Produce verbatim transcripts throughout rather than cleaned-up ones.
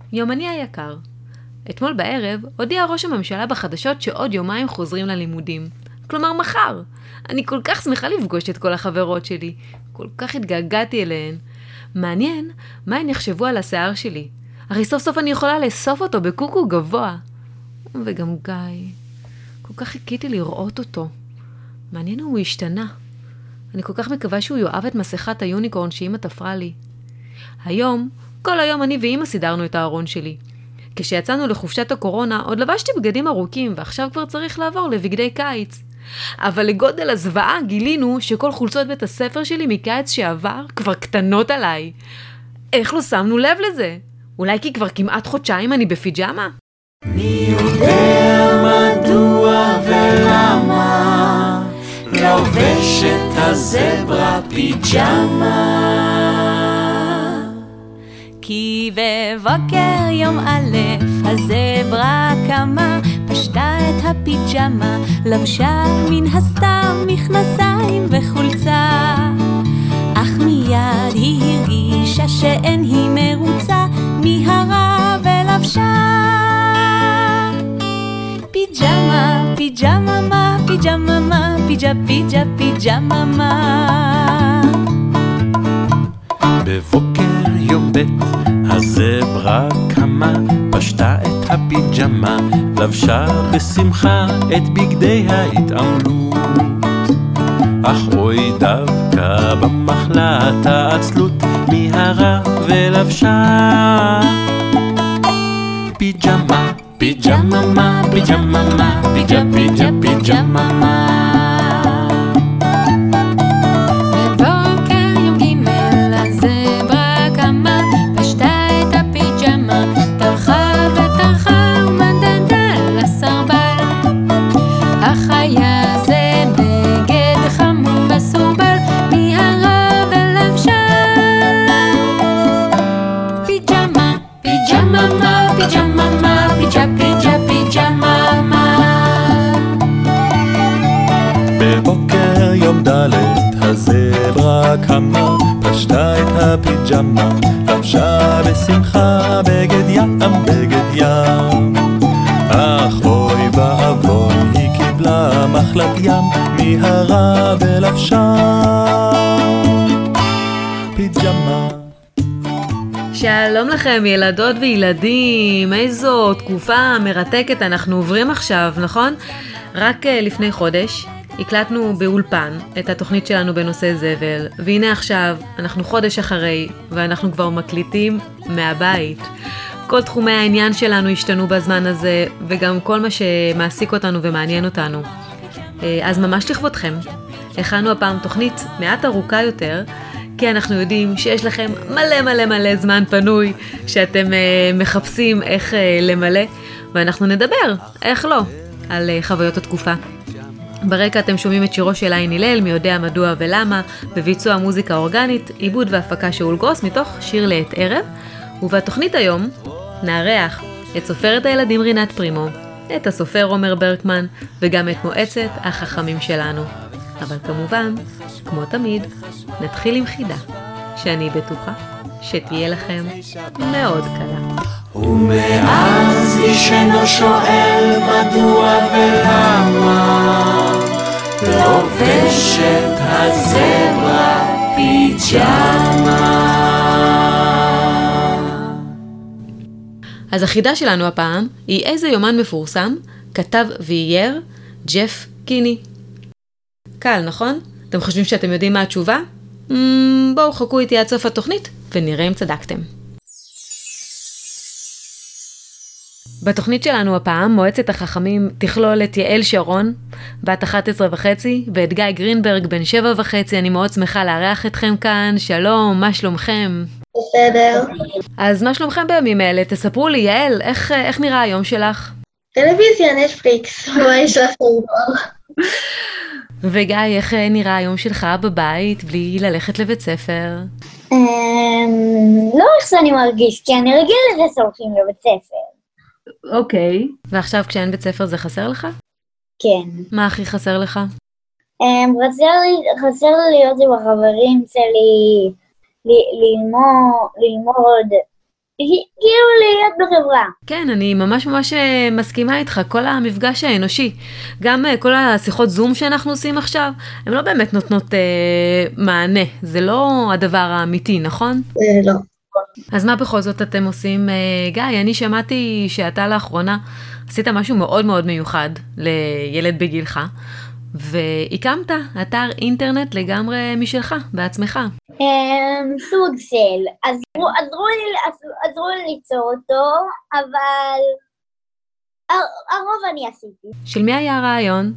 יומני היקר. אתמול בערב הודיע ראש הממשלה בחדשות שעוד יומיים חוזרים ללימודים. כלומר מחר. אני כל כך שמחה לפגוש את כל החברות שלי. כל כך התגעגעתי אליהן. מעניין מה הן יחשבו על השיער שלי. הרי סוף סוף אני יכולה לאסוף אותו בקוקו גבוה. וגם גיא. כל כך חיכיתי לראות אותו. מעניין הוא השתנה. אני כל כך מקווה שהוא יאהב את מסכת היוניקורן שאמא תפרה לי. היום, כל היום אני ואמא סידרנו את הארון שלי. כשיצאנו לחופשת הקורונה, עוד לבשתי בגדים ארוכים, ועכשיו כבר צריך לעבור לבגדי קיץ. אבל לגודל הזוועה גילינו שכל חולצות בית הספר שלי מקיץ שעבר כבר קטנות עליי. איך לא שמנו לב לזה? אולי כי כבר כמעט חודשיים אני בפיג'מה? מי יודע מדוע ולמה לובשת הזברה פיג'מה? כי בבוקר יום א' הזברה קמה, פשטה את הפיג'מה, לבשה מן הסתם מכנסיים וחולצה. אך מיד היא הרגישה שאין היא מרוצה, מיהרה ולבשה פיג'מה, פיג'מה מה, פיג'מה מה, פיג'ה פיג'ה פיג'מה מה. בבוקר יום ב' הזברה קמה, פשטה את הפיג'מה, לבשה בשמחה את בגדי ההתעמלות. אך אוי דווקא במחלת העצלות, מיהרה ולבשה פיג'מה, פיג'מה מה, פיג'מה מה, פיג'ה פיג'ה פיג'מה מה. בבוקר יום ד' הזברה קמה, פשטה את הפיג'מה, לבשה בשמחה בגד ים, בגד ים. אך אוי ואבוי, היא קיבלה מחלת ים, מיהרה ולבשה פיג'מה. שלום לכם ילדות וילדים, איזו תקופה מרתקת אנחנו עוברים עכשיו, נכון? רק לפני חודש הקלטנו באולפן את התוכנית שלנו בנושא זבל, והנה עכשיו אנחנו חודש אחרי ואנחנו כבר מקליטים מהבית. כל תחומי העניין שלנו השתנו בזמן הזה, וגם כל מה שמעסיק אותנו ומעניין אותנו. אז ממש לכבודכם, הכנו הפעם תוכנית מעט ארוכה יותר, כי אנחנו יודעים שיש לכם מלא מלא מלא זמן פנוי שאתם uh, מחפשים איך uh, למלא, ואנחנו נדבר, איך לא, על uh, חוויות התקופה. ברקע אתם שומעים את שירו של עין הלל, מי יודע מדוע ולמה, בביצוע מוזיקה אורגנית, עיבוד והפקה שאול גרוס מתוך שיר לעת ערב, ובתוכנית היום נארח את סופרת הילדים רינת פרימו, את הסופר עומר ברקמן, וגם את מועצת החכמים שלנו. אבל כמובן, כמו תמיד, נתחיל עם חידה, שאני בטוחה שתהיה לכם מאוד קלה. ומאז איש אינו שואל מדוע ולמה לובשת הזברה פיג'מה. אז החידה שלנו הפעם היא איזה יומן מפורסם כתב ואייר ג'ף קיני. קל, נכון? אתם חושבים שאתם יודעים מה התשובה? Mm, בואו חכו איתי עד סוף התוכנית ונראה אם צדקתם. בתוכנית שלנו הפעם מועצת החכמים תכלול את יעל שרון, בת אחת עשרה וחצי, ואת גיא גרינברג בן שבע וחצי. אני מאוד שמחה לארח אתכם כאן. שלום, מה שלומכם? בסדר. אז מה שלומכם בימים אלה? תספרו לי, יעל, איך, איך נראה היום שלך? טלוויזיה, נטפליקס, מה יש לך לדבר? וגיא, איך נראה היום שלך בבית בלי ללכת לבית ספר? לא איך שאני מרגיש, כי אני רגיל לזה שהולכים לבית ספר. אוקיי. ועכשיו כשאין בית ספר זה חסר לך? כן. מה הכי חסר לך? חסר לי להיות עם החברים שלי, ללמוד, כאילו להיות בחברה. כן, אני ממש ממש מסכימה איתך, כל המפגש האנושי, גם כל השיחות זום שאנחנו עושים עכשיו, הן לא באמת נותנות אה, מענה, זה לא הדבר האמיתי, נכון? לא. אז מה בכל זאת אתם עושים? אה, גיא, אני שמעתי שאתה לאחרונה עשית משהו מאוד מאוד מיוחד לילד בגילך, והקמת אתר אינטרנט לגמרי משלך, בעצמך. סוג של, עזרו לי ליצור אותו, אבל הרוב אני עשיתי. של מי היה הרעיון?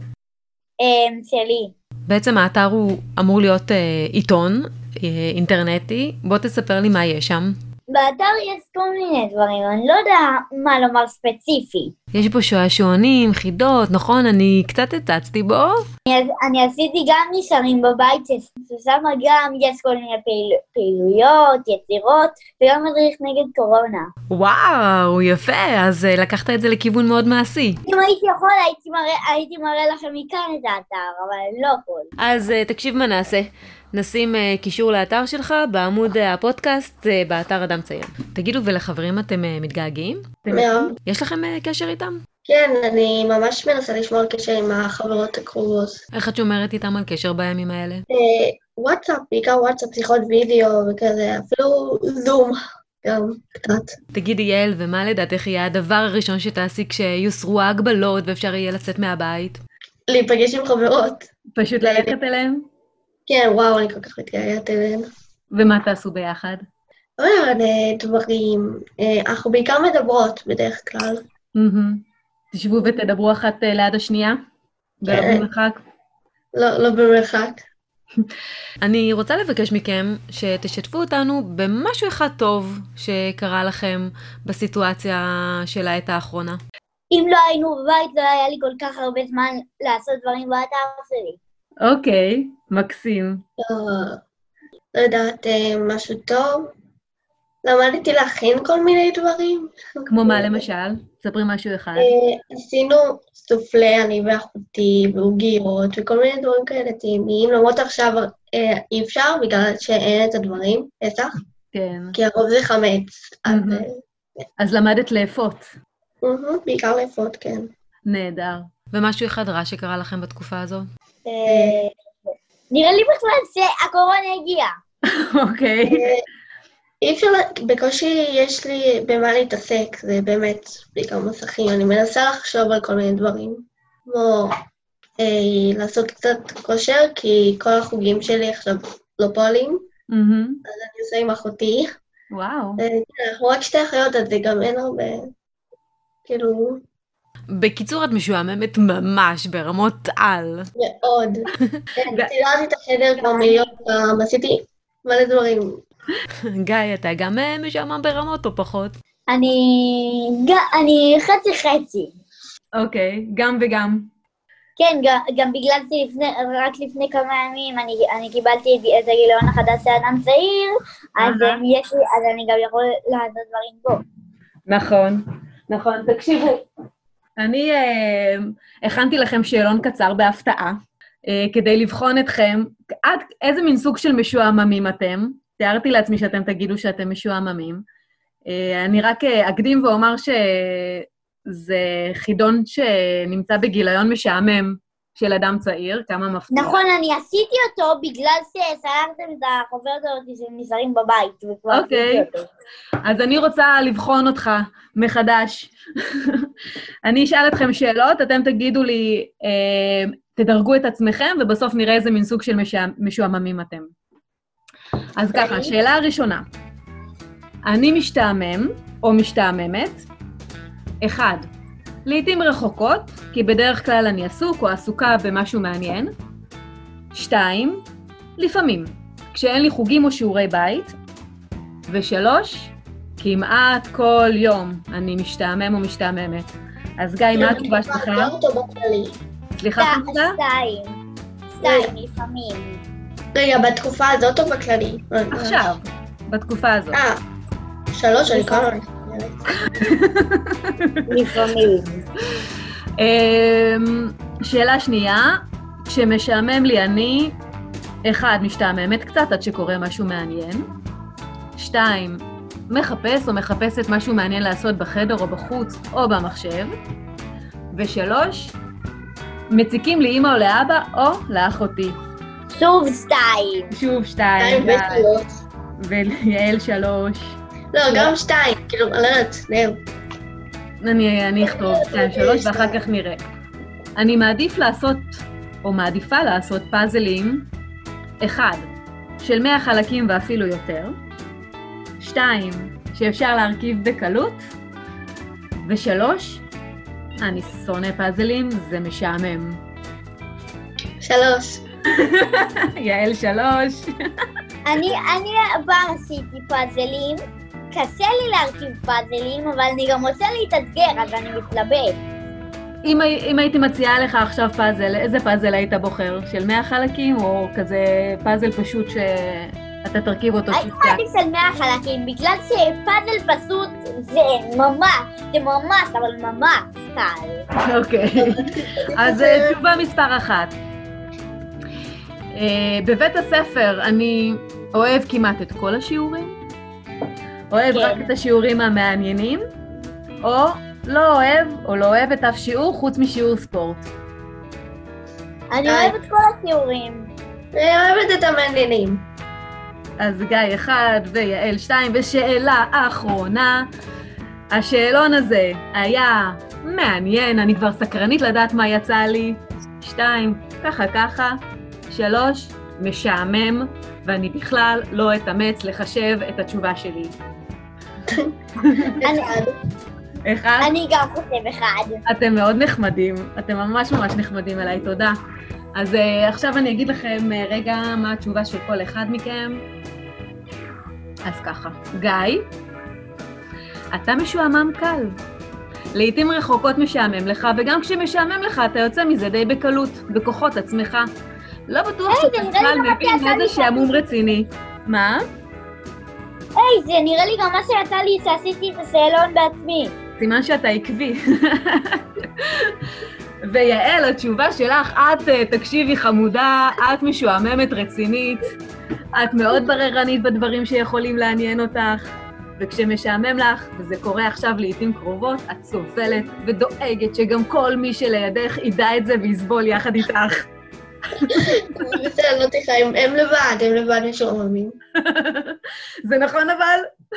שלי. בעצם האתר הוא אמור להיות עיתון אינטרנטי, בוא תספר לי מה יש שם. באתר יש כל מיני דברים, אני לא יודע מה לומר ספציפי. יש פה שעשועונים, חידות, נכון? אני קצת הצצתי בו. אני, אני עשיתי גם נשארים בבית, ששם גם יש כל מיני פעיל, פעילויות, יצירות, וגם מדריך נגד קורונה. וואו, יפה, אז לקחת את זה לכיוון מאוד מעשי. אם הייתי יכול, הייתי מראה, הייתי מראה לכם מכאן את האתר, אבל לא יכול. אז תקשיב מה נעשה. נשים uh, קישור לאתר שלך בעמוד uh, הפודקאסט uh, באתר אדם צעיר. תגידו, ולחברים אתם uh, מתגעגעים? מאוד. יש לכם uh, קשר איתם? כן, אני ממש מנסה לשמור על קשר עם החברות הקרובות. איך את שומרת איתם על קשר בימים האלה? וואטסאפ, בעיקר וואטסאפ, שיחות וידאו וכזה, אפילו זום גם קצת. תגידי יעל, ומה לדעתך יהיה הדבר הראשון שתעשי כשיוסרו ההגבלות ואפשר יהיה לצאת מהבית? להיפגש עם חברות. פשוט ללכת אליהם? כן, וואו, אני כל כך מתגעגעת אליהן. ומה תעשו ביחד? אבל דברים, אנחנו בעיקר מדברות בדרך כלל. תשבו ותדברו אחת ליד השנייה? ולא במרחק? לא, לא במרחק. אני רוצה לבקש מכם שתשתפו אותנו במשהו אחד טוב שקרה לכם בסיטואציה של העת האחרונה. אם לא היינו בבית, לא היה לי כל כך הרבה זמן לעשות דברים באתר שלי. אוקיי, מקסים. לא יודעת, משהו טוב. למדתי להכין כל מיני דברים. כמו מה למשל? ספרי משהו אחד. עשינו סופלה, אני ואחותי, ועוגיות, וכל מיני דברים כאלה טעימים. למרות עכשיו אי אפשר, בגלל שאין את הדברים, פסח. כן. כי הרוב זה חמץ. אז למדת לאפות. בעיקר לאפות, כן. נהדר. ומשהו אחד רע שקרה לכם בתקופה הזו? נראה לי בכלל שהקורונה הגיעה. אוקיי. אי אפשר, בקושי יש לי במה להתעסק, זה באמת בעיקר מסכים. אני מנסה לחשוב על כל מיני דברים, כמו לעשות קצת כושר, כי כל החוגים שלי עכשיו לא פועלים, אז אני עושה עם אחותי. וואו. אנחנו רק שתי אחיות, אז זה גם אין הרבה, כאילו... בקיצור, את משועממת ממש ברמות על. מאוד. כן, צירתי את החדר כבר מיליון פעם, עשיתי מלא דברים. גיא, אתה גם משועמם ברמות או פחות? אני... אני חצי חצי. אוקיי, גם וגם. כן, גם בגלל שרק לפני כמה ימים אני קיבלתי את הגיליון החדש של אדם צעיר, אז אני גם יכול לעשות דברים בו. נכון, נכון. תקשיבו. אני אה, הכנתי לכם שאלון קצר בהפתעה, אה, כדי לבחון אתכם, עד איזה מין סוג של משועממים אתם. תיארתי לעצמי שאתם תגידו שאתם משועממים. אה, אני רק אה, אקדים ואומר שזה חידון שנמצא בגיליון משעמם של אדם צעיר, כמה מפתיע. נכון, אני עשיתי אותו בגלל שסיירתם את החוברת הזאת של נשארים בבית, וכבר אוקיי. עשיתי אותו. אז אני רוצה לבחון אותך מחדש. אני אשאל אתכם שאלות, אתם תגידו לי, אה, תדרגו את עצמכם, ובסוף נראה איזה מין סוג של משועממים אתם. אז ככה, השאלה הראשונה. אני משתעמם או משתעממת? אחד, לעתים רחוקות, כי בדרך כלל אני עסוק או עסוקה במשהו מעניין. שתיים, לפעמים, כשאין לי חוגים או שיעורי בית. ושלוש, כמעט כל יום אני משתעמם או משתעממת. אז גיא, מה התשובה שלך? אני אותו בכללי. סליחה, חמודה? שתיים. שתיים, לפעמים. רגע, בתקופה הזאת או בכללי? עכשיו, בתקופה הזאת. אה, שלוש, אני כבר לא לפעמים. שאלה שנייה, כשמשעמם לי אני, אחד, משתעממת קצת עד שקורה משהו מעניין. שתיים, מחפש או מחפשת משהו מעניין לעשות בחדר או בחוץ או במחשב. ושלוש, מציקים לאמא או לאבא או לאחותי. שוב שתיים. שוב שתיים. שתיים ושלוש. ויעל שלוש. לא, גם שתיים, כאילו, אני לא יודעת, זהו. אני, אני אכתוב שתיים שלוש ואחר כך נראה. אני מעדיף לעשות, או מעדיפה לעשות פאזלים, אחד, של מאה חלקים ואפילו יותר, שתיים, שאפשר להרכיב בקלות, ושלוש, אני שונא פאזלים, זה משעמם. שלוש. יעל שלוש. אני, אני פעם עשיתי פאזלים, קשה לי להרכיב פאזלים, אבל אני גם רוצה להתאתגר, אז אני מתלבט. אם, אם הייתי מציעה לך עכשיו פאזל, איזה פאזל היית בוחר? של מאה חלקים או כזה פאזל פשוט שאתה תרכיב אותו? הייתי מעדיף של מאה חלקים, בגלל שפאזל פשוט זה ממש, זה ממש, אבל ממש קל. אוקיי, אז תשובה מספר אחת. בבית הספר אני אוהב כמעט את כל השיעורים, אוהב רק את השיעורים המעניינים, או לא אוהב או לא אוהב את אף שיעור חוץ משיעור ספורט. אני אוהבת כל השיעורים. אני אוהבת את המעניינים. אז גיא אחד ויעל שתיים, ושאלה אחרונה. השאלון הזה היה מעניין, אני כבר סקרנית לדעת מה יצא לי. שתיים, ככה ככה. שלוש, משעמם, ואני בכלל לא אתאמץ לחשב את התשובה שלי. אחד. אני גם חושב אחד. אתם מאוד נחמדים, אתם ממש ממש נחמדים אליי, תודה. אז uh, עכשיו אני אגיד לכם uh, רגע מה התשובה של כל אחד מכם. אז ככה, גיא, אתה משועמם קל. לעתים רחוקות משעמם לך, וגם כשמשעמם לך אתה יוצא מזה די בקלות, בכוחות עצמך. לא בטוח שאתה בכלל מבין מה זה שעמום רציני. מה? היי, זה נראה לי גם מה שיצא לי שעשיתי את השאלון בעצמי. סימן שאתה עקבי. ויעל, התשובה שלך, את תקשיבי חמודה, את משועממת רצינית, את מאוד בררנית בדברים שיכולים לעניין אותך, וכשמשעמם לך, וזה קורה עכשיו לעתים קרובות, את סובלת ודואגת שגם כל מי שלידך ידע את זה ויסבול יחד איתך. בסדר, לא תחיים, הם לבד, הם לבד משועממים. זה נכון אבל?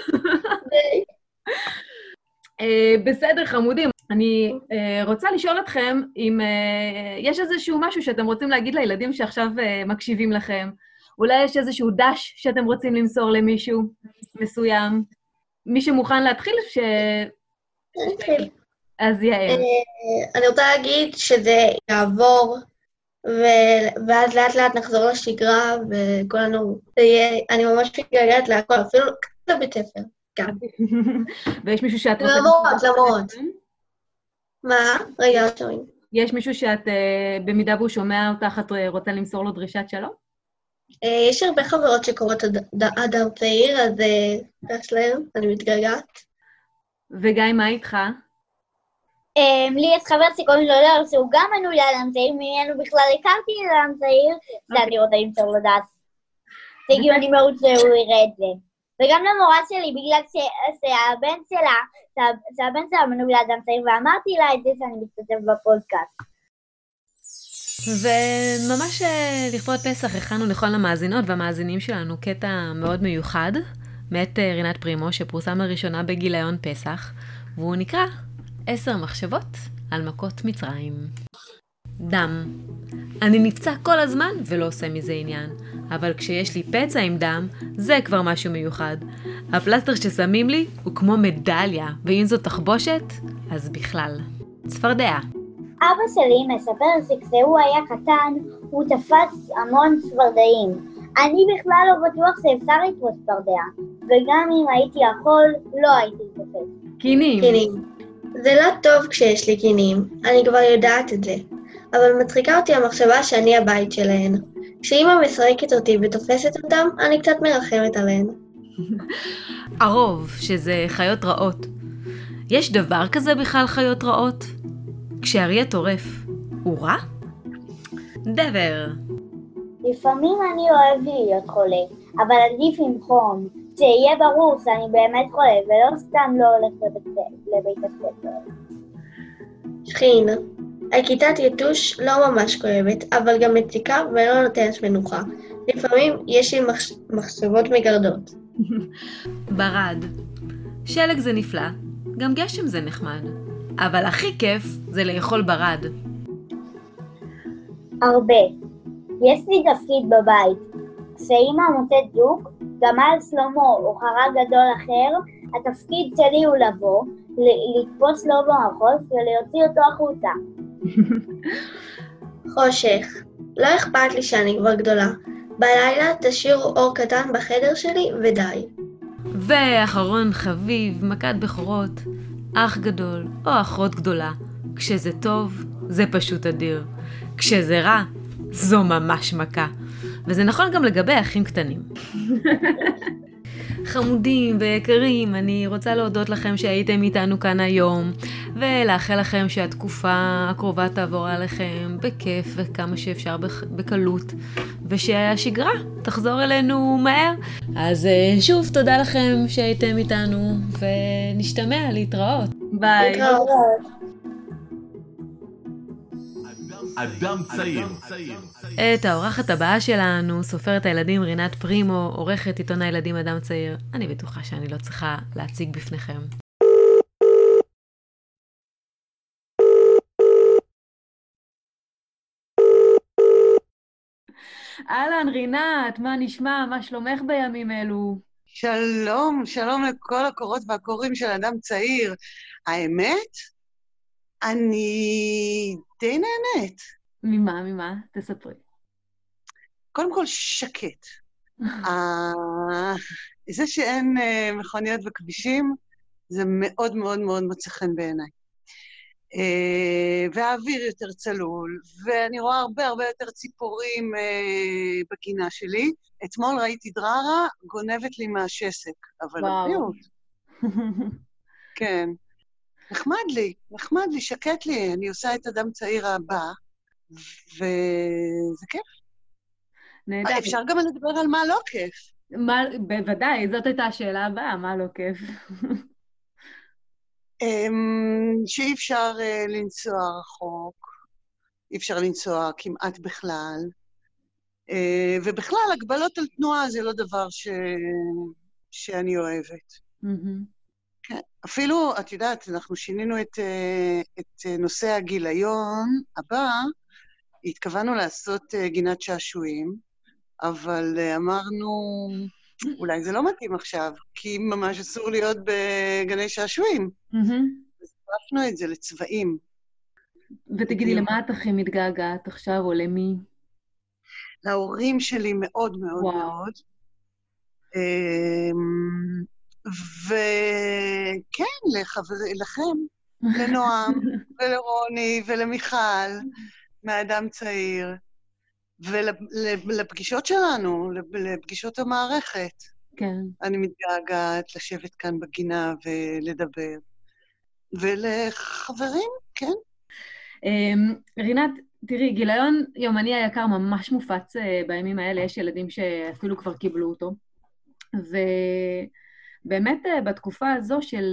בסדר חמודים, אני רוצה לשאול אתכם אם יש איזשהו משהו שאתם רוצים להגיד לילדים שעכשיו מקשיבים לכם. אולי יש איזשהו דש שאתם רוצים למסור למישהו מסוים. מי שמוכן להתחיל ש... נתחיל. אז יעל. אני רוצה להגיד שזה יעבור, ואז לאט לאט נחזור לשגרה, וכולנו, אני ממש מתגעגעת להכל, אפילו קצת לבית ספר. ויש מישהו שאת רוצה... למרות, למרות. מה? רגע, לא שומעים. יש מישהו שאת, במידה והוא שומע אותך, את רוצה למסור לו דרישת שלום? יש הרבה חברות שקוראות אדם צעיר, אז יש להם, אני מתגעגעת. וגיא, מה איתך? לי יש חבר שקוראים לו לר, שהוא גם מנוי לאדם צעיר, ממנו בכלל הכרתי לאדם צעיר, שאני רוצה למסור לו דש. זה הגיוני מאוד שהוא יראה את זה. וגם למורה שלי, בגלל שהבן שלה, שהבן שלה מנוי לאדם צעיר, ואמרתי לה את זה שאני משתתף בפודקאסט. וממש לכבוד פסח הכנו לכל המאזינות והמאזינים שלנו קטע מאוד מיוחד, מאת רינת פרימו, שפורסם לראשונה בגיליון פסח, והוא נקרא עשר מחשבות על מכות מצרים. דם. אני נפצע כל הזמן ולא עושה מזה עניין, אבל כשיש לי פצע עם דם, זה כבר משהו מיוחד. הפלסטר ששמים לי הוא כמו מדליה, ואם זאת תחבושת, אז בכלל. צפרדע. אבא שלי מספר שכשהוא היה קטן, הוא תפס המון צפרדעים. אני בכלל לא בטוח שאפשר לתפוס צפרדע, וגם אם הייתי יכול, לא הייתי תופס. קינים. קינים. זה לא טוב כשיש לי קינים, אני כבר יודעת את זה. אבל מצחיקה אותי המחשבה שאני הבית שלהן. כשאמא משחקת אותי ותופסת אותם, אני קצת מרחמת עליהן. ערוב, שזה חיות רעות. יש דבר כזה בכלל חיות רעות? כשאריה טורף, הוא רע? דבר. לפעמים אני אוהב להיות חולה, אבל עדיף עם חום. שיהיה ברור שאני באמת חולה, ולא סתם לא הולך לבית, לבית הספר. שכין, הכיתת יתוש לא ממש כואבת, אבל גם מציקה ולא נותנת מנוחה. לפעמים יש לי מחש... מחשבות מגרדות. ברד. שלג זה נפלא, גם גשם זה נחמד. אבל הכי כיף זה לאכול ברד. הרבה. יש לי תפקיד בבית. כשאמא מוצאת זוג, גמל שלמה או חרג גדול אחר, התפקיד שלי הוא לבוא, לתפוס לו במחוז ולהוציא אותו החוצה. חושך. לא אכפת לי שאני כבר גדולה. בלילה תשאירו אור קטן בחדר שלי ודי. ואחרון חביב, מכת בכורות, אח גדול או אחות גדולה. כשזה טוב, זה פשוט אדיר. כשזה רע, זו ממש מכה. וזה נכון גם לגבי אחים קטנים. חמודים ויקרים, אני רוצה להודות לכם שהייתם איתנו כאן היום, ולאחל לכם שהתקופה הקרובה תעבור עליכם בכיף וכמה שאפשר בקלות, ושהשגרה תחזור אלינו מהר. אז שוב, תודה לכם שהייתם איתנו, ונשתמע, להתראות. ביי. להתראות. אדם צעיר. את האורחת הבאה שלנו, סופרת הילדים רינת פרימו, עורכת עיתון הילדים אדם צעיר. אני בטוחה שאני לא צריכה להציג בפניכם. אהלן רינת, מה נשמע? מה שלומך בימים אלו? שלום, שלום לכל הקורות והקוראים של אדם צעיר. האמת, אני די נהנית. ממה, ממה? תספרי. קודם כל, שקט. זה שאין מכוניות וכבישים, זה מאוד מאוד מאוד מוצא חן בעיניי. והאוויר יותר צלול, ואני רואה הרבה הרבה יותר ציפורים בגינה שלי. אתמול ראיתי דררה, גונבת לי מהשסק, אבל הבריאות. כן. נחמד לי, נחמד לי, שקט לי. אני עושה את אדם צעיר הבא, וזה כיף. נהדר. אפשר גם לדבר על מה לא כיף. מה, בוודאי, זאת הייתה השאלה הבאה, מה לא כיף? שאי אפשר לנסוע רחוק, אי אפשר לנסוע כמעט בכלל, ובכלל, הגבלות על תנועה זה לא דבר ש... שאני אוהבת. כן. אפילו, את יודעת, אנחנו שינינו את, את נושא הגיליון הבא, התכוונו לעשות גינת שעשועים, אבל אמרנו, אולי זה לא מתאים עכשיו, כי ממש אסור להיות בגני שעשועים. אז הפכנו את זה לצבעים. ותגידי, למה את הכי מתגעגעת עכשיו, או למי? להורים שלי מאוד מאוד וואו. מאוד. וכן, לחבר... לכם, לנועם, ולרוני, ולמיכל, מאדם צעיר, ולפגישות שלנו, לפגישות המערכת. כן. אני מתגעגעת לשבת כאן בגינה ולדבר. ולחברים, כן. רינת, תראי, גיליון יומני היקר ממש מופץ בימים האלה, יש ילדים שאפילו כבר קיבלו אותו. ובאמת בתקופה הזו של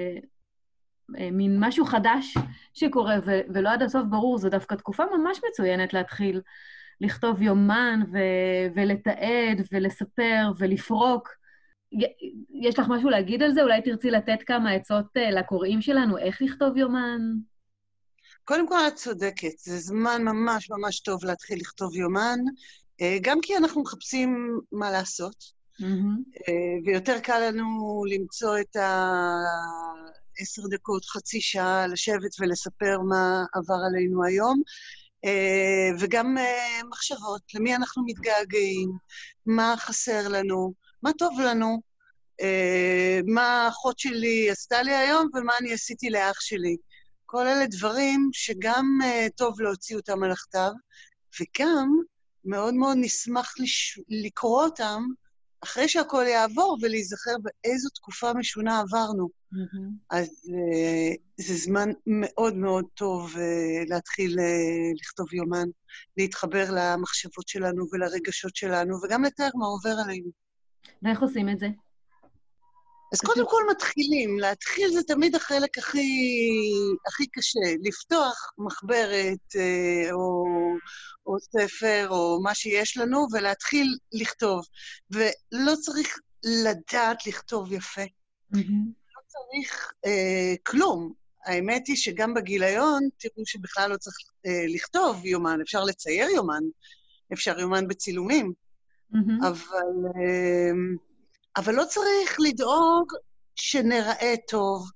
מין משהו חדש שקורה, ולא עד הסוף ברור, זו דווקא תקופה ממש מצוינת להתחיל לכתוב יומן ו- ולתעד ולספר ולפרוק. יש לך משהו להגיד על זה? אולי תרצי לתת כמה עצות לקוראים שלנו, איך לכתוב יומן? קודם כל את צודקת, זה זמן ממש ממש טוב להתחיל לכתוב יומן, גם כי אנחנו מחפשים מה לעשות, mm-hmm. ויותר קל לנו למצוא את העשר דקות, חצי שעה, לשבת ולספר מה עבר עלינו היום, וגם מחשבות, למי אנחנו מתגעגעים, מה חסר לנו, מה טוב לנו, מה האחות שלי עשתה לי היום ומה אני עשיתי לאח שלי. כל אלה דברים שגם טוב להוציא אותם על הכתב, וגם מאוד מאוד נשמח לש... לקרוא אותם אחרי שהכל יעבור ולהיזכר באיזו תקופה משונה עברנו. Mm-hmm. אז זה זמן מאוד מאוד טוב להתחיל לכתוב יומן, להתחבר למחשבות שלנו ולרגשות שלנו, וגם לתאר מה עובר עלינו. ואיך עושים את זה? אז קודם כל מתחילים, להתחיל זה תמיד החלק הכי, הכי קשה, לפתוח מחברת אה, או, או ספר או מה שיש לנו ולהתחיל לכתוב. ולא צריך לדעת לכתוב יפה. Mm-hmm. לא צריך אה, כלום. האמת היא שגם בגיליון, תראו שבכלל לא צריך אה, לכתוב יומן, אפשר לצייר יומן, אפשר יומן בצילומים, mm-hmm. אבל... אה, אבל לא צריך לדאוג שנראה טוב,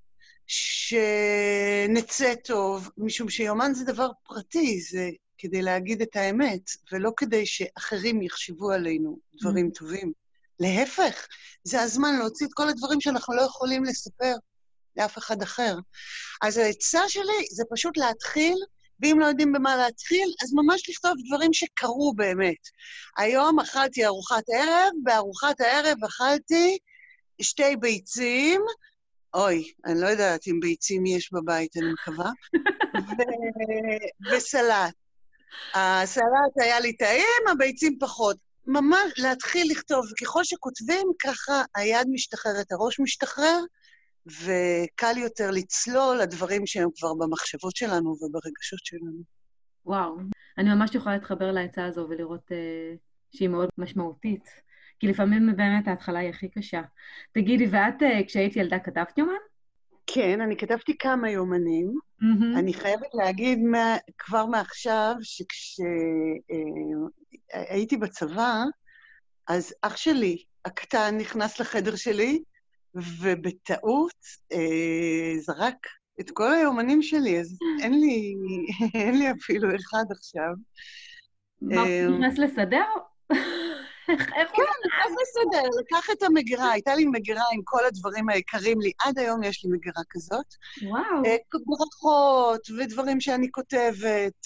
שנצא טוב, משום שיומן זה דבר פרטי, זה כדי להגיד את האמת, ולא כדי שאחרים יחשבו עלינו דברים mm. טובים. להפך, זה הזמן להוציא את כל הדברים שאנחנו לא יכולים לספר לאף אחד אחר. אז העצה שלי זה פשוט להתחיל, ואם לא יודעים במה להתחיל, אז ממש לכתוב דברים שקרו באמת. היום אכלתי ארוחת ערב, בארוחת הערב אכלתי שתי ביצים, אוי, אני לא יודעת אם ביצים יש בבית, אני מקווה, ו- וסלט. הסלט היה לי טעים, הביצים פחות. ממש להתחיל לכתוב, ככל שכותבים, ככה היד משתחררת, הראש משתחרר, וקל יותר לצלול לדברים שהם כבר במחשבות שלנו וברגשות שלנו. וואו, אני ממש יכולה להתחבר לעצה הזו ולראות uh, שהיא מאוד משמעותית, כי לפעמים באמת ההתחלה היא הכי קשה. תגידי, ואת uh, כשהיית ילדה כתבת יומן? כן, אני כתבתי כמה יומנים. Mm-hmm. אני חייבת להגיד מה, כבר מעכשיו שכשהייתי uh, בצבא, אז אח שלי, הקטן, נכנס לחדר שלי, ובטעות אה, זרק את כל היומנים שלי, אז אין לי, אין לי אפילו אחד עכשיו. מה, הוא נכנס לסדר? כן, נכנס לסדר, לקח את המגירה, הייתה לי מגירה עם כל הדברים היקרים לי, עד היום יש לי מגירה כזאת. וואו. ברכות ודברים שאני כותבת,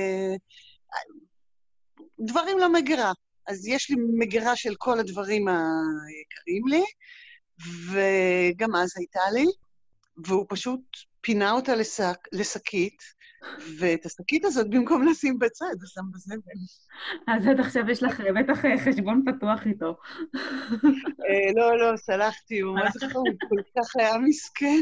דברים לא מגירה. אז יש לי מגירה של כל הדברים היקרים לי, וגם אז הייתה לי, והוא פשוט פינה אותה לשק, לשקית, ואת השקית הזאת במקום לשים בצד, הוא שם בזבל. אז עד עכשיו יש לך בטח חשבון פתוח איתו. לא, לא, סלחתי, הוא מה זה חום, כל כך היה מסכן.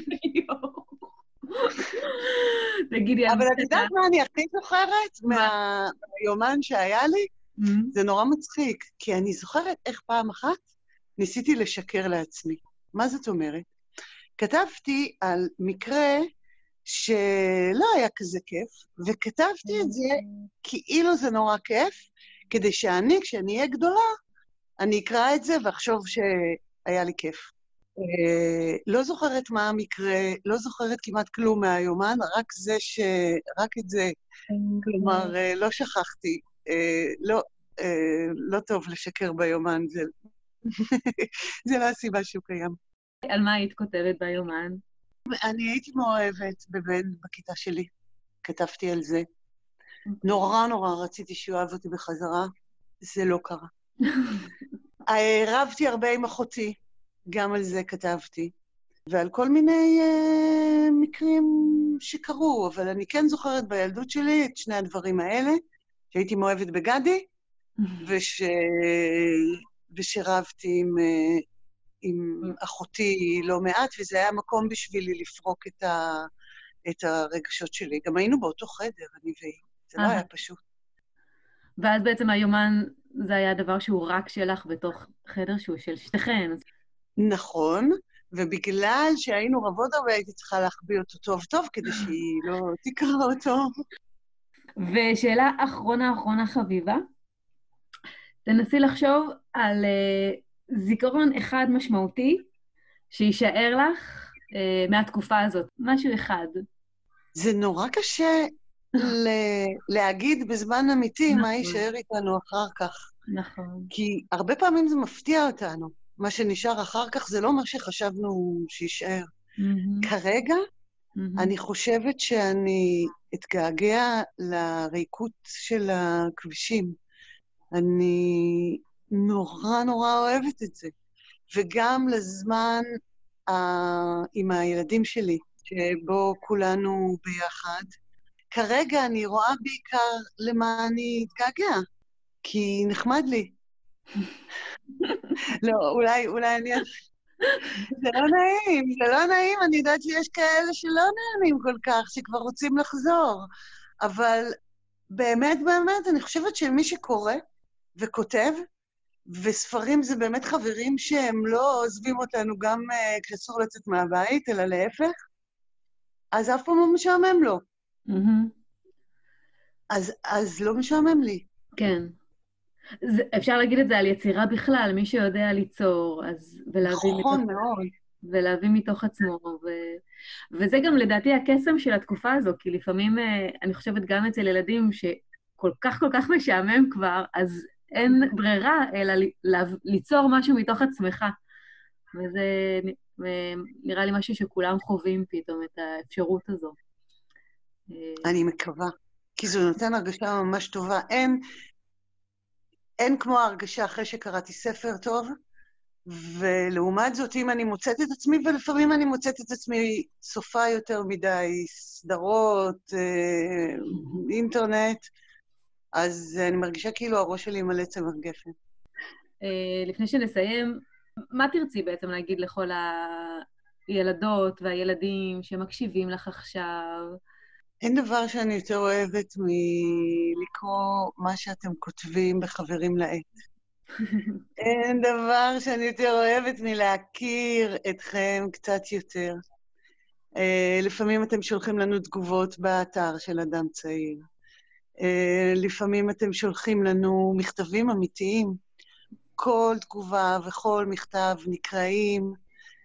תגידי, אבל את יודעת מה אני הכי זוכרת מהיומן שהיה לי? זה נורא מצחיק, כי אני זוכרת איך פעם אחת ניסיתי לשקר לעצמי. מה זאת אומרת? כתבתי על מקרה שלא היה כזה כיף, וכתבתי את זה כאילו זה נורא כיף, כדי שאני, כשאני אהיה גדולה, אני אקרא את זה ואחשוב שהיה לי כיף. לא זוכרת מה המקרה, לא זוכרת כמעט כלום מהיומן, רק זה ש... רק את זה, כלומר, לא שכחתי, לא, לא טוב לשקר ביומן, זה... זה לא הסיבה שהוא קיים. על מה היית כותבת ביומן? אני הייתי מאוהבת בבן בכיתה שלי. כתבתי על זה. נורא נורא רציתי שהוא אוהב אותי בחזרה. זה לא קרה. רבתי הרבה עם אחותי. גם על זה כתבתי. ועל כל מיני uh, מקרים שקרו. אבל אני כן זוכרת בילדות שלי את שני הדברים האלה, שהייתי מאוהבת בגדי, וש... ושרבתי עם, עם אחותי לא מעט, וזה היה מקום בשבילי לפרוק את, ה, את הרגשות שלי. גם היינו באותו חדר, אני והיא. זה לא היה פשוט. ואז בעצם היומן זה היה דבר שהוא רק שלך בתוך חדר שהוא של שתיכן. נכון, ובגלל שהיינו רבות הרבה, הייתי צריכה להחביא אותו טוב טוב, כדי שהיא לא תקרא אותו. ושאלה אחרונה אחרונה חביבה, תנסי לחשוב על uh, זיכרון אחד משמעותי שישאר לך uh, מהתקופה הזאת, משהו אחד. זה נורא קשה ל- להגיד בזמן אמיתי נכון. מה יישאר איתנו אחר כך. נכון. כי הרבה פעמים זה מפתיע אותנו. מה שנשאר אחר כך זה לא מה שחשבנו שישאר. Mm-hmm. כרגע mm-hmm. אני חושבת שאני אתגעגע לריקות של הכבישים. אני נורא נורא אוהבת את זה. וגם לזמן uh, עם הילדים שלי, שבו כולנו ביחד. כרגע אני רואה בעיקר למה אני אתגעגע, כי נחמד לי. לא, אולי, אולי אני... זה לא נעים, זה לא נעים, אני יודעת שיש כאלה שלא נהנים כל כך, שכבר רוצים לחזור. אבל באמת, באמת, אני חושבת שמי שקורא וכותב, וספרים זה באמת חברים שהם לא עוזבים אותנו גם uh, כשאסור לצאת מהבית, אלא להפך, אז אף פעם לא משעמם לו. אז, אז לא משעמם לי. כן. זה, אפשר להגיד את זה על יצירה בכלל, מי שיודע ליצור, אז, ולהביא נכון מתוך, מאוד. ולהביא מתוך עצמו. ו, וזה גם לדעתי הקסם של התקופה הזו, כי לפעמים אני חושבת גם אצל ילדים שכל כך כל כך משעמם כבר, אז אין ברירה אלא ליצור משהו מתוך עצמך. וזה נראה לי משהו שכולם חווים פתאום את האפשרות הזו. אני מקווה, כי זו נותן הרגשה ממש טובה. אין, אין כמו ההרגשה אחרי שקראתי ספר טוב, ולעומת זאת, אם אני מוצאת את עצמי, ולפעמים אני מוצאת את עצמי סופה יותר מדי, סדרות, אינטרנט, אז אני מרגישה כאילו הראש שלי מלא צמר גפן. לפני שנסיים, מה תרצי בעצם להגיד לכל הילדות והילדים שמקשיבים לך עכשיו? אין דבר שאני יותר אוהבת מלקרוא מה שאתם כותבים בחברים לעת. אין דבר שאני יותר אוהבת מלהכיר אתכם קצת יותר. לפעמים אתם שולחים לנו תגובות באתר של אדם צעיר. לפעמים אתם שולחים לנו מכתבים אמיתיים. כל תגובה וכל מכתב נקראים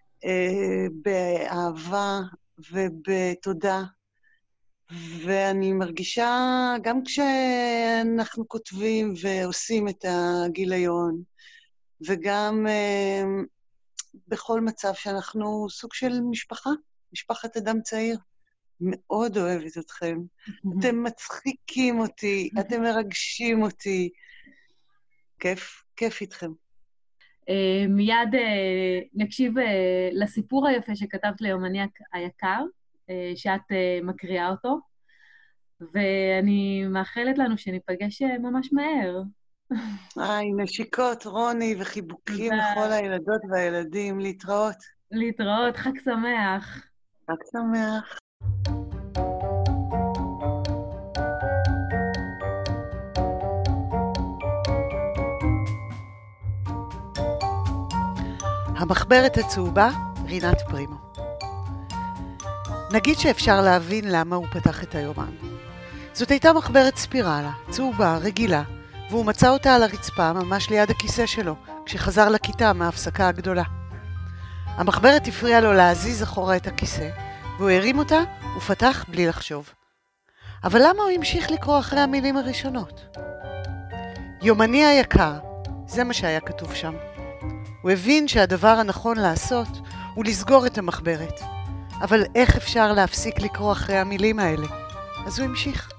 באהבה ובתודה. ואני מרגישה, גם כשאנחנו כותבים ועושים את הגיליון, וגם uh, בכל מצב שאנחנו סוג של משפחה, משפחת אדם צעיר, מאוד אוהבת אתכם. אתם מצחיקים אותי, אתם מרגשים אותי. כיף, כיף איתכם. Uh, מיד uh, נקשיב uh, לסיפור היפה שכתבת ליומני היקר, שאת מקריאה אותו, ואני מאחלת לנו שניפגש ממש מהר. היי, נשיקות, רוני, וחיבוקים לכל הילדות והילדים. להתראות. להתראות, חג שמח. חג שמח. המחברת הצהובה, רינת פרימו. נגיד שאפשר להבין למה הוא פתח את היומן. זאת הייתה מחברת ספירלה, צהובה, רגילה, והוא מצא אותה על הרצפה ממש ליד הכיסא שלו, כשחזר לכיתה מההפסקה הגדולה. המחברת הפריעה לו להזיז אחורה את הכיסא, והוא הרים אותה ופתח בלי לחשוב. אבל למה הוא המשיך לקרוא אחרי המילים הראשונות? יומני היקר, זה מה שהיה כתוב שם. הוא הבין שהדבר הנכון לעשות הוא לסגור את המחברת. אבל איך אפשר להפסיק לקרוא אחרי המילים האלה? אז הוא המשיך.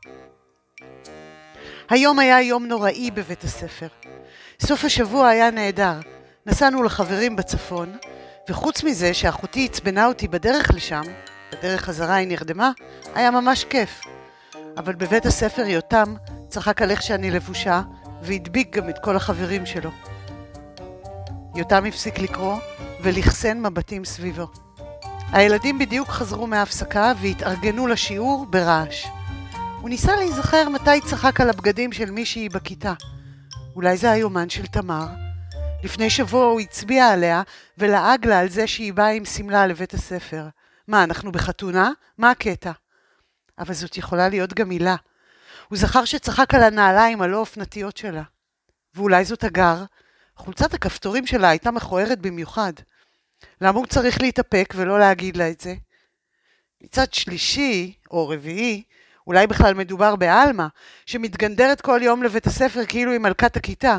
היום היה יום נוראי בבית הספר. סוף השבוע היה נהדר. נסענו לחברים בצפון, וחוץ מזה שאחותי הצבנה אותי בדרך לשם, בדרך חזרה היא נרדמה, היה ממש כיף. אבל בבית הספר יותם צחק על איך שאני לבושה, והדביק גם את כל החברים שלו. יותם הפסיק לקרוא ולחסן מבטים סביבו. הילדים בדיוק חזרו מההפסקה והתארגנו לשיעור ברעש. הוא ניסה להיזכר מתי צחק על הבגדים של מישהי בכיתה. אולי זה היומן של תמר. לפני שבוע הוא הצביע עליה ולעג לה על זה שהיא באה עם סמלה לבית הספר. מה, אנחנו בחתונה? מה הקטע? אבל זאת יכולה להיות גם מילה. הוא זכר שצחק על הנעליים הלא אופנתיות שלה. ואולי זאת אגר. חולצת הכפתורים שלה הייתה מכוערת במיוחד. למה הוא צריך להתאפק ולא להגיד לה את זה? מצד שלישי או רביעי, אולי בכלל מדובר באלמה, שמתגנדרת כל יום לבית הספר כאילו היא מלכת הכיתה.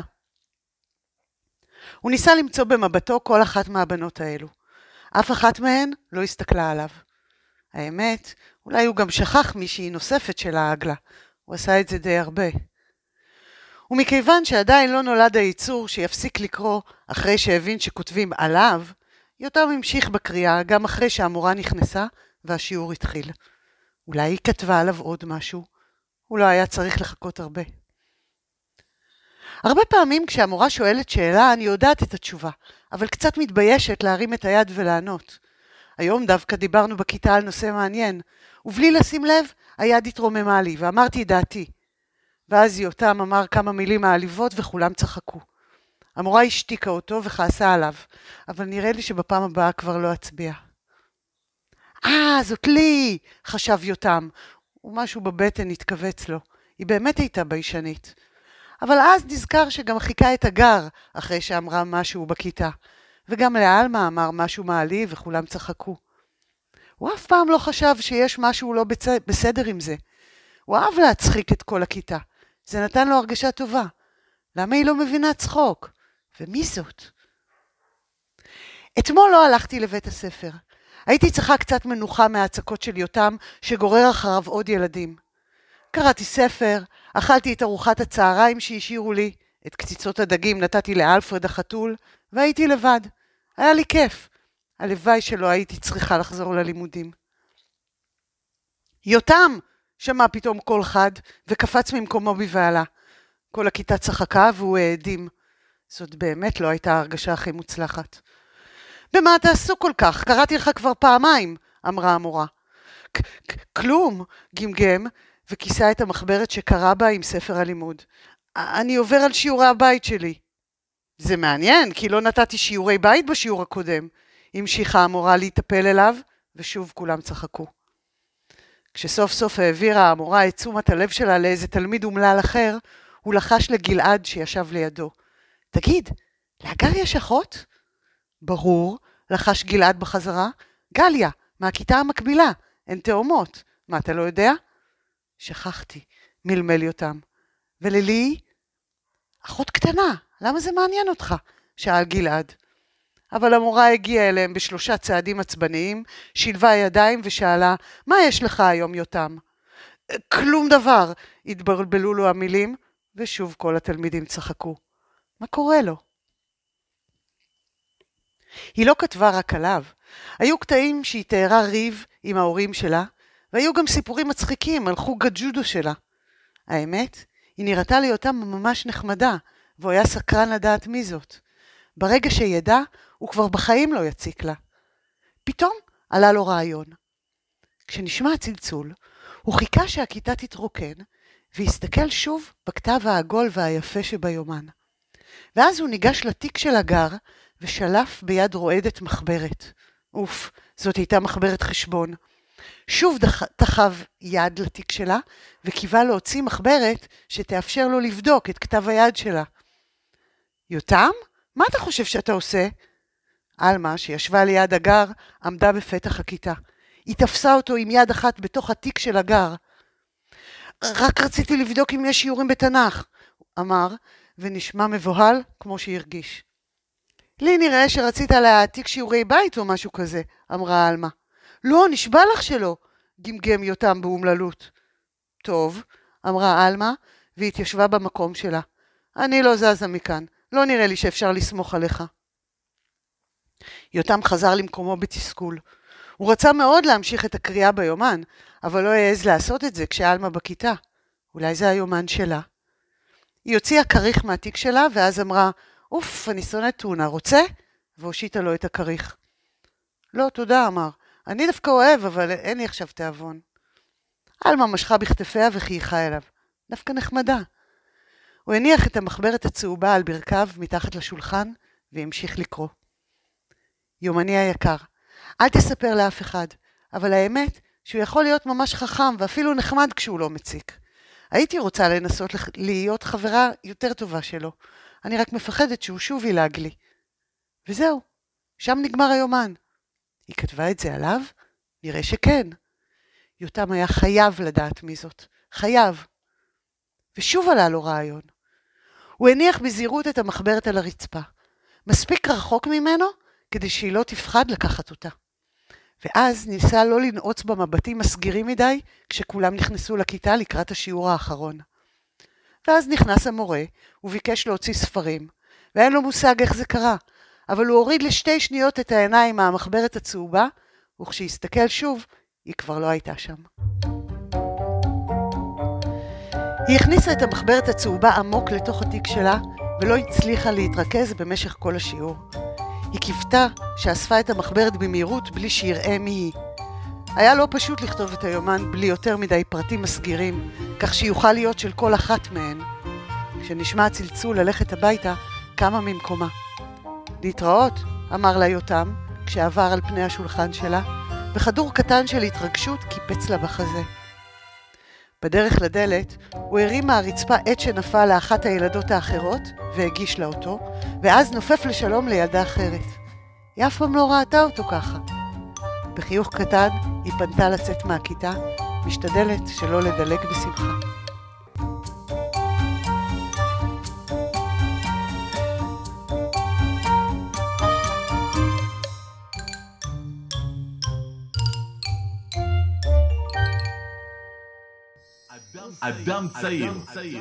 הוא ניסה למצוא במבטו כל אחת מהבנות האלו. אף אחת מהן לא הסתכלה עליו. האמת, אולי הוא גם שכח מישהי נוספת של העגלה. הוא עשה את זה די הרבה. ומכיוון שעדיין לא נולד היצור שיפסיק לקרוא אחרי שהבין שכותבים עליו, יותם המשיך בקריאה גם אחרי שהמורה נכנסה והשיעור התחיל. אולי היא כתבה עליו עוד משהו. הוא לא היה צריך לחכות הרבה. הרבה פעמים כשהמורה שואלת שאלה אני יודעת את התשובה, אבל קצת מתביישת להרים את היד ולענות. היום דווקא דיברנו בכיתה על נושא מעניין, ובלי לשים לב היד התרוממה לי ואמרתי דעתי. ואז יותם אמר כמה מילים מעליבות וכולם צחקו. המורה השתיקה אותו וכעסה עליו, אבל נראה לי שבפעם הבאה כבר לא אצביע. אה, זאת לי, חשב יותם, ומשהו בבטן התכווץ לו. היא באמת הייתה ביישנית. אבל אז נזכר שגם חיכה את הגר אחרי שאמרה משהו בכיתה, וגם לאלמה אמר משהו מעליב וכולם צחקו. הוא אף פעם לא חשב שיש משהו לא בצ... בסדר עם זה. הוא אהב להצחיק את כל הכיתה. זה נתן לו הרגשה טובה. למה היא לא מבינה צחוק? ומי זאת? אתמול לא הלכתי לבית הספר. הייתי צריכה קצת מנוחה מההצקות של יותם שגורר אחריו עוד ילדים. קראתי ספר, אכלתי את ארוחת הצהריים שהשאירו לי, את קציצות הדגים נתתי לאלפרד החתול, והייתי לבד. היה לי כיף. הלוואי שלא הייתי צריכה לחזור ללימודים. יותם! שמע פתאום קול חד, וקפץ ממקומו בבעלה. כל הכיתה צחקה והוא העדים. זאת באמת לא הייתה הרגשה הכי מוצלחת. במה אתה עסוק כל כך? קראתי לך כבר פעמיים, אמרה המורה. כלום, גמגם, וכיסה את המחברת שקרא בה עם ספר הלימוד. אני עובר על שיעורי הבית שלי. זה מעניין, כי לא נתתי שיעורי בית בשיעור הקודם. המשיכה המורה להיטפל אליו, ושוב כולם צחקו. כשסוף סוף העבירה המורה את תשומת הלב שלה לאיזה תלמיד אומלל אחר, הוא לחש לגלעד שישב לידו. תגיד, לאגר יש אחות? ברור, לחש גלעד בחזרה. גליה, מהכיתה המקבילה, הן תאומות. מה, אתה לא יודע? שכחתי, מלמל יותם. וללי? אחות קטנה, למה זה מעניין אותך? שאל גלעד. אבל המורה הגיעה אליהם בשלושה צעדים עצבניים, שילבה ידיים ושאלה, מה יש לך היום יותם? כלום דבר, התבלבלו לו המילים, ושוב כל התלמידים צחקו. מה קורה לו? היא לא כתבה רק עליו. היו קטעים שהיא תיארה ריב עם ההורים שלה, והיו גם סיפורים מצחיקים על חוג הג'ודו שלה. האמת, היא נראתה ליותם ממש נחמדה, והוא היה סקרן לדעת מי זאת. ברגע שידע, הוא כבר בחיים לא יציק לה. פתאום עלה לו רעיון. כשנשמע הצלצול, הוא חיכה שהכיתה תתרוקן, והסתכל שוב בכתב העגול והיפה שביומן. ואז הוא ניגש לתיק של הגר, ושלף ביד רועדת מחברת. אוף, זאת הייתה מחברת חשבון. שוב תחב יד לתיק שלה, וקיווה להוציא מחברת שתאפשר לו לבדוק את כתב היד שלה. יותם? מה אתה חושב שאתה עושה? אלמה, שישבה ליד הגר, עמדה בפתח הכיתה. היא תפסה אותו עם יד אחת בתוך התיק של הגר. רק רציתי לבדוק אם יש שיעורים בתנ"ך, אמר, ונשמע מבוהל כמו שהרגיש. לי נראה שרצית להעתיק שיעורי בית או משהו כזה, אמרה אלמה. לא, נשבע לך שלא, גמגם יותם באומללות. טוב, אמרה אלמה, והתיישבה במקום שלה. אני לא זזה מכאן, לא נראה לי שאפשר לסמוך עליך. יותם חזר למקומו בתסכול. הוא רצה מאוד להמשיך את הקריאה ביומן, אבל לא העז לעשות את זה כשאלמה בכיתה. אולי זה היומן שלה. היא הוציאה כריך מהתיק שלה, ואז אמרה, אוף, אני שונאת טונה, רוצה? והושיטה לו את הכריך. לא, תודה, אמר. אני דווקא אוהב, אבל אין לי עכשיו תאבון. אלמה משכה בכתפיה וחייכה אליו. דווקא נחמדה. הוא הניח את המחברת הצהובה על ברכיו מתחת לשולחן, והמשיך לקרוא. יומני היקר, אל תספר לאף אחד, אבל האמת שהוא יכול להיות ממש חכם ואפילו נחמד כשהוא לא מציק. הייתי רוצה לנסות להיות חברה יותר טובה שלו. אני רק מפחדת שהוא שוב ילעג לי. וזהו, שם נגמר היומן. היא כתבה את זה עליו? נראה שכן. יותם היה חייב לדעת מי זאת. חייב. ושוב עלה לו רעיון. הוא הניח בזהירות את המחברת על הרצפה. מספיק רחוק ממנו כדי שהיא לא תפחד לקחת אותה. ואז ניסה לא לנעוץ במבטים מסגירים מדי כשכולם נכנסו לכיתה לקראת השיעור האחרון. ואז נכנס המורה וביקש להוציא ספרים, ואין לו מושג איך זה קרה, אבל הוא הוריד לשתי שניות את העיניים מהמחברת הצהובה, וכשהסתכל שוב, היא כבר לא הייתה שם. היא הכניסה את המחברת הצהובה עמוק לתוך התיק שלה, ולא הצליחה להתרכז במשך כל השיעור. היא קיוותה שאספה את המחברת במהירות בלי שיראה מי היא. היה לא פשוט לכתוב את היומן בלי יותר מדי פרטים מסגירים, כך שיוכל להיות של כל אחת מהן. כשנשמע הצלצול ללכת הביתה, קמה ממקומה. להתראות, אמר לה יותם, כשעבר על פני השולחן שלה, וכדור קטן של התרגשות קיפץ לה בחזה. בדרך לדלת, הוא הרים מהרצפה עת שנפל לאחת הילדות האחרות, והגיש לה אותו, ואז נופף לשלום לילדה אחרת. היא אף פעם לא ראתה אותו ככה. בחיוך קטן, היא פנתה לצאת מהכיתה, משתדלת שלא לדלג בשמחה. אדם צעיר.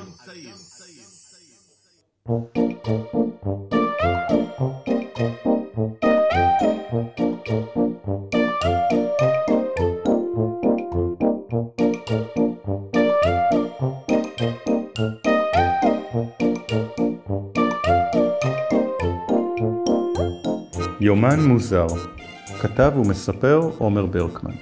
יומן מוזר, כתב ומספר עומר ברקמן.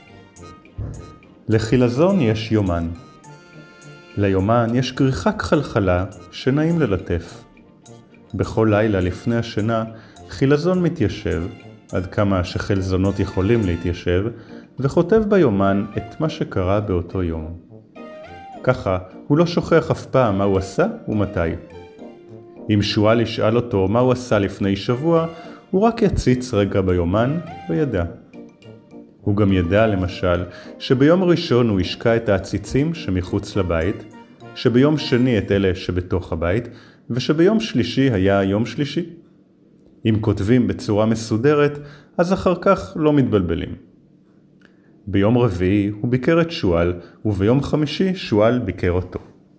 לחילזון יש יומן. ליומן יש כריכה כחלחלה שנעים ללטף. בכל לילה לפני השינה חילזון מתיישב, עד כמה שחלזונות יכולים להתיישב, וכותב ביומן את מה שקרה באותו יום. ככה הוא לא שוכח אף פעם מה הוא עשה ומתי. אם שואל ישאל אותו מה הוא עשה לפני שבוע, הוא רק יציץ רגע ביומן וידע. הוא גם ידע למשל שביום ראשון הוא השקע את העציצים שמחוץ לבית, שביום שני את אלה שבתוך הבית, ושביום שלישי היה יום שלישי. אם כותבים בצורה מסודרת, אז אחר כך לא מתבלבלים. ביום רביעי הוא ביקר את שואל, וביום חמישי שואל ביקר אותו.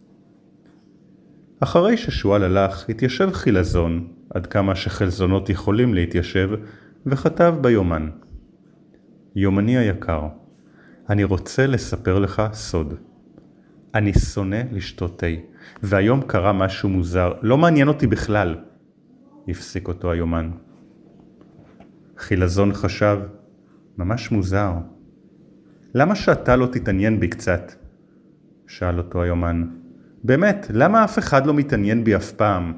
אחרי ששואל הלך, התיישב חילזון, עד כמה שחלזונות יכולים להתיישב, וכתב ביומן. יומני היקר, אני רוצה לספר לך סוד. אני שונא לשתות תה, והיום קרה משהו מוזר, לא מעניין אותי בכלל. הפסיק אותו היומן. חילזון חשב, ממש מוזר. למה שאתה לא תתעניין בי קצת? שאל אותו היומן. באמת, למה אף אחד לא מתעניין בי אף פעם?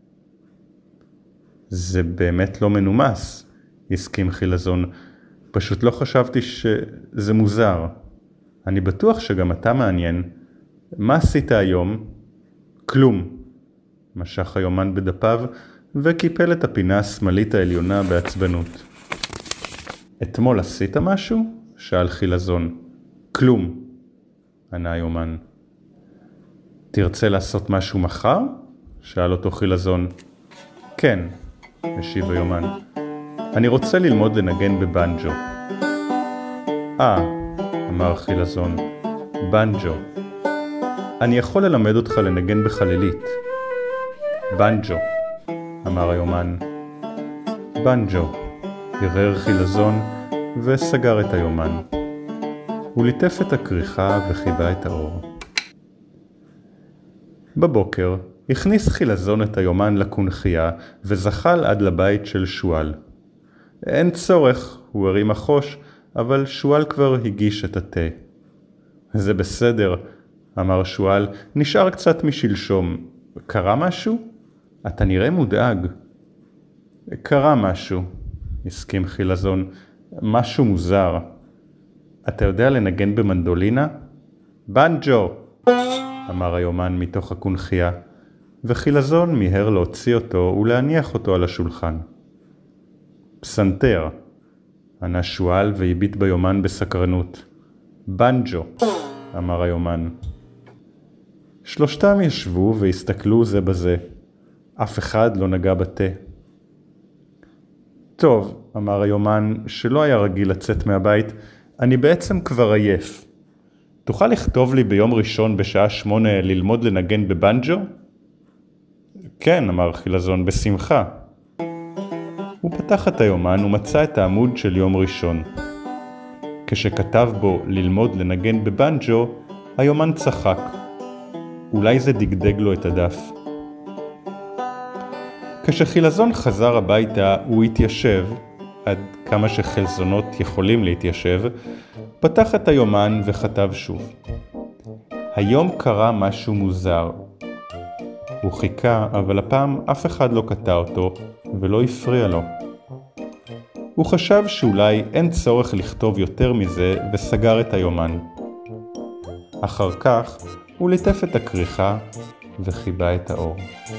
זה באמת לא מנומס, הסכים חילזון. פשוט לא חשבתי שזה מוזר. אני בטוח שגם אתה מעניין. מה עשית היום? כלום. משך היומן בדפיו וקיפל את הפינה השמאלית העליונה בעצבנות. אתמול עשית משהו? שאל חילזון. כלום. ענה היומן. תרצה לעשות משהו מחר? שאל אותו חילזון. כן, השיב היומן. אני רוצה ללמוד לנגן בבנג'ו. אה, אמר חילזון, בנג'ו. אני יכול ללמד אותך לנגן בחלילית. בנג'ו, אמר היומן. בנג'ו, הרהר חילזון וסגר את היומן. הוא ליטף את הכריכה וחיבה את האור. בבוקר הכניס חילזון את היומן לקונחייה וזחל עד לבית של שואל. אין צורך, הוא הרים החוש, אבל שואל כבר הגיש את התה. זה בסדר, אמר שואל, נשאר קצת משלשום. קרה משהו? אתה נראה מודאג. קרה משהו, הסכים חילזון, משהו מוזר. אתה יודע לנגן במנדולינה? בנג'ו, אמר היומן מתוך הקונחייה, וחילזון מיהר להוציא אותו ולהניח אותו על השולחן. פסנתר, ענה שואל והביט ביומן בסקרנות. בנג'ו, אמר היומן. שלושתם ישבו והסתכלו זה בזה. אף אחד לא נגע בתה. טוב, אמר היומן, שלא היה רגיל לצאת מהבית, אני בעצם כבר עייף. תוכל לכתוב לי ביום ראשון בשעה שמונה ללמוד לנגן בבנג'ו? כן, אמר חילזון, בשמחה. הוא פתח את היומן ומצא את העמוד של יום ראשון. כשכתב בו ללמוד לנגן בבנג'ו, היומן צחק. אולי זה דגדג לו את הדף. כשחילזון חזר הביתה הוא התיישב, עד כמה שחלזונות יכולים להתיישב, פתח את היומן וכתב שוב. היום קרה משהו מוזר. הוא חיכה, אבל הפעם אף אחד לא קטע אותו ולא הפריע לו. הוא חשב שאולי אין צורך לכתוב יותר מזה וסגר את היומן. אחר כך הוא ליטף את הכריכה וחיבה את האור.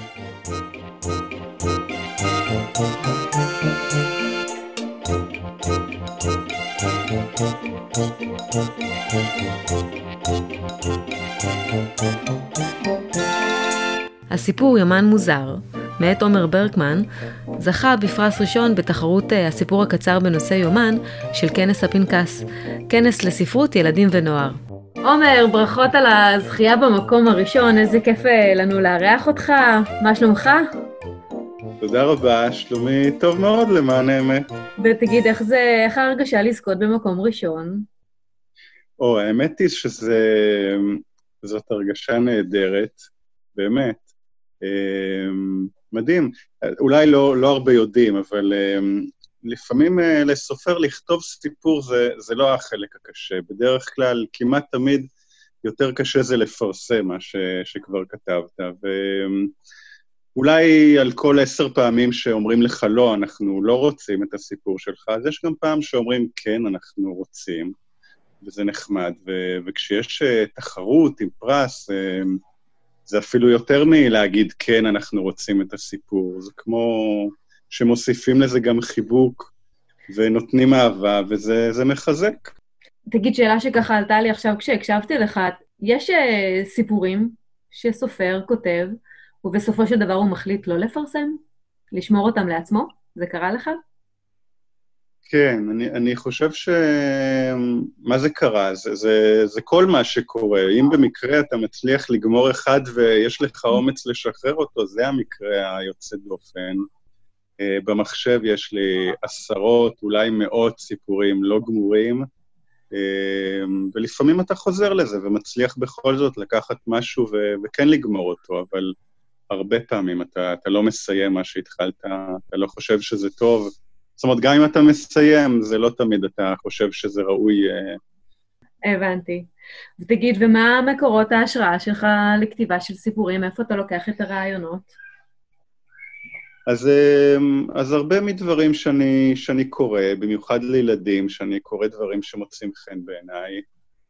הסיפור יומן מוזר, מאת עומר ברקמן, זכה בפרס ראשון בתחרות הסיפור הקצר בנושא יומן של כנס הפנקס, כנס לספרות ילדים ונוער. עומר, ברכות על הזכייה במקום הראשון, איזה כיף לנו לארח אותך, מה שלומך? תודה רבה, שלומי טוב מאוד למען האמת. ותגיד, איך זה, איך ההרגשה לזכות במקום ראשון? או, האמת היא שזאת הרגשה נהדרת, באמת. מדהים, אולי לא, לא הרבה יודעים, אבל לפעמים לסופר לכתוב סיפור זה, זה לא החלק הקשה. בדרך כלל, כמעט תמיד יותר קשה זה לפרסם מה ש, שכבר כתבת. ואולי על כל עשר פעמים שאומרים לך לא, אנחנו לא רוצים את הסיפור שלך, אז יש גם פעם שאומרים כן, אנחנו רוצים, וזה נחמד. ו, וכשיש תחרות עם פרס, זה אפילו יותר מלהגיד כן, אנחנו רוצים את הסיפור. זה כמו שמוסיפים לזה גם חיבוק, ונותנים אהבה, וזה זה מחזק. תגיד, שאלה שככה עלתה לי עכשיו כשהקשבתי לך, יש uh, סיפורים שסופר כותב, ובסופו של דבר הוא מחליט לא לפרסם? לשמור אותם לעצמו? זה קרה לך? כן, אני, אני חושב ש... מה זה קרה? זה, זה, זה כל מה שקורה. אם במקרה אתה מצליח לגמור אחד ויש לך אומץ לשחרר אותו, זה המקרה היוצא דופן. במחשב יש לי עשרות, אולי מאות סיפורים לא גמורים, ולפעמים אתה חוזר לזה ומצליח בכל זאת לקחת משהו ו... וכן לגמור אותו, אבל הרבה פעמים אתה, אתה לא מסיים מה שהתחלת, אתה לא חושב שזה טוב, זאת אומרת, גם אם אתה מסיים, זה לא תמיד אתה חושב שזה ראוי. הבנתי. ותגיד, ומה מקורות ההשראה שלך לכתיבה של סיפורים? איפה אתה לוקח את הרעיונות? אז, אז הרבה מדברים שאני, שאני קורא, במיוחד לילדים, שאני קורא דברים שמוצאים חן בעיניי.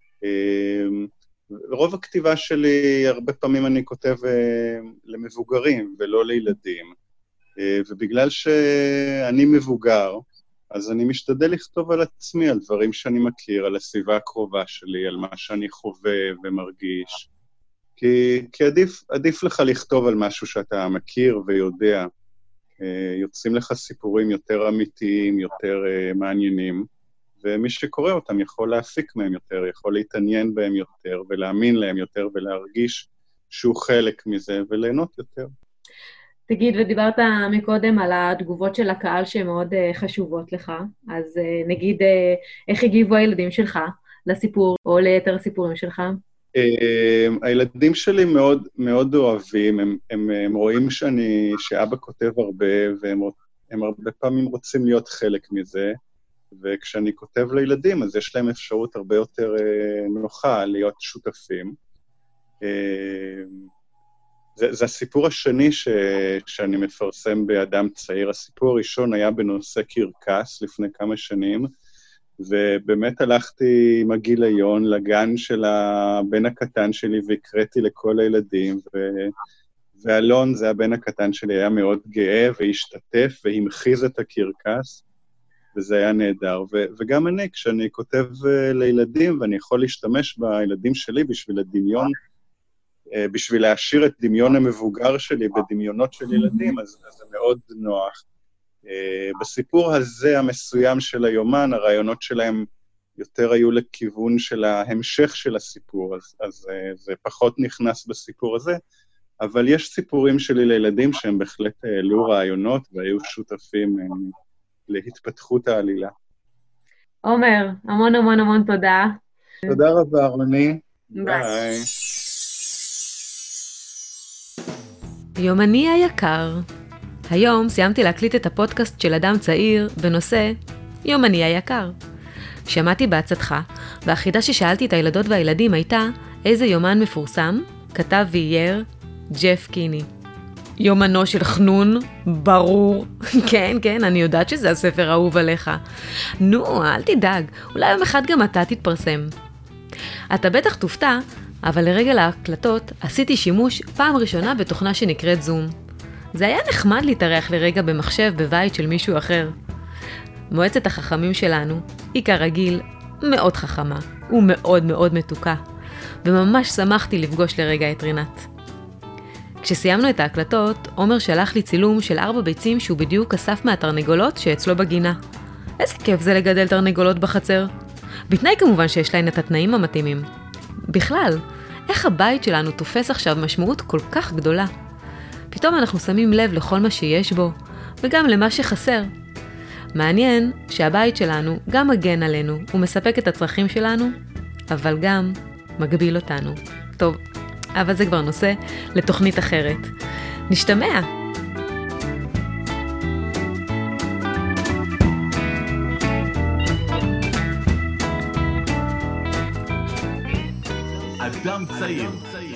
רוב הכתיבה שלי, הרבה פעמים אני כותב למבוגרים ולא לילדים. ובגלל שאני מבוגר, אז אני משתדל לכתוב על עצמי, על דברים שאני מכיר, על הסביבה הקרובה שלי, על מה שאני חווה ומרגיש. כי, כי עדיף, עדיף לך לכתוב על משהו שאתה מכיר ויודע. יוצאים לך סיפורים יותר אמיתיים, יותר מעניינים, ומי שקורא אותם יכול להפיק מהם יותר, יכול להתעניין בהם יותר, ולהאמין להם יותר, ולהרגיש שהוא חלק מזה, וליהנות יותר. תגיד, ודיברת מקודם על התגובות של הקהל שהן מאוד uh, חשובות לך, אז uh, נגיד, uh, איך הגיבו הילדים שלך לסיפור, או ליתר הסיפורים שלך? Uh, הילדים שלי מאוד, מאוד אוהבים, הם, הם, הם רואים שאני, שאבא כותב הרבה, והם הם הרבה פעמים רוצים להיות חלק מזה, וכשאני כותב לילדים, אז יש להם אפשרות הרבה יותר uh, נוחה להיות שותפים. Uh, זה, זה הסיפור השני ש, שאני מפרסם באדם צעיר. הסיפור הראשון היה בנושא קרקס לפני כמה שנים, ובאמת הלכתי עם הגיליון לגן של הבן הקטן שלי, והקראתי לכל הילדים, ו... ואלון, זה הבן הקטן שלי, היה מאוד גאה, והשתתף, והמחיז את הקרקס, וזה היה נהדר. ו... וגם אני, כשאני כותב לילדים, ואני יכול להשתמש בילדים שלי בשביל הדמיון, בשביל להשאיר את דמיון המבוגר שלי בדמיונות של ילדים, אז, אז זה מאוד נוח. בסיפור הזה המסוים של היומן, הרעיונות שלהם יותר היו לכיוון של ההמשך של הסיפור, אז, אז זה פחות נכנס בסיפור הזה, אבל יש סיפורים שלי לילדים שהם בהחלט העלו רעיונות והיו שותפים להתפתחות העלילה. עומר, המון המון המון תודה. תודה רבה, רוני. ביי. ביי. יומני היקר. היום סיימתי להקליט את הפודקאסט של אדם צעיר בנושא יומני היקר. שמעתי בהצעתך, והחידה ששאלתי את הילדות והילדים הייתה איזה יומן מפורסם כתב ואייר ג'ף קיני. יומנו של חנון, ברור. כן, כן, אני יודעת שזה הספר האהוב עליך. נו, אל תדאג, אולי יום אחד גם אתה תתפרסם. אתה בטח תופתע, אבל לרגע להקלטות עשיתי שימוש פעם ראשונה בתוכנה שנקראת זום. זה היה נחמד להתארח לרגע במחשב בבית של מישהו אחר. מועצת החכמים שלנו היא כרגיל מאוד חכמה ומאוד מאוד מתוקה, וממש שמחתי לפגוש לרגע את רינת. כשסיימנו את ההקלטות, עומר שלח לי צילום של ארבע ביצים שהוא בדיוק אסף מהתרנגולות שאצלו בגינה. איזה כיף זה לגדל תרנגולות בחצר. בתנאי כמובן שיש להן את התנאים המתאימים. בכלל, איך הבית שלנו תופס עכשיו משמעות כל כך גדולה? פתאום אנחנו שמים לב לכל מה שיש בו, וגם למה שחסר. מעניין שהבית שלנו גם מגן עלינו ומספק את הצרכים שלנו, אבל גם מגביל אותנו. טוב, אבל זה כבר נושא לתוכנית אחרת. נשתמע! אדם צעיר.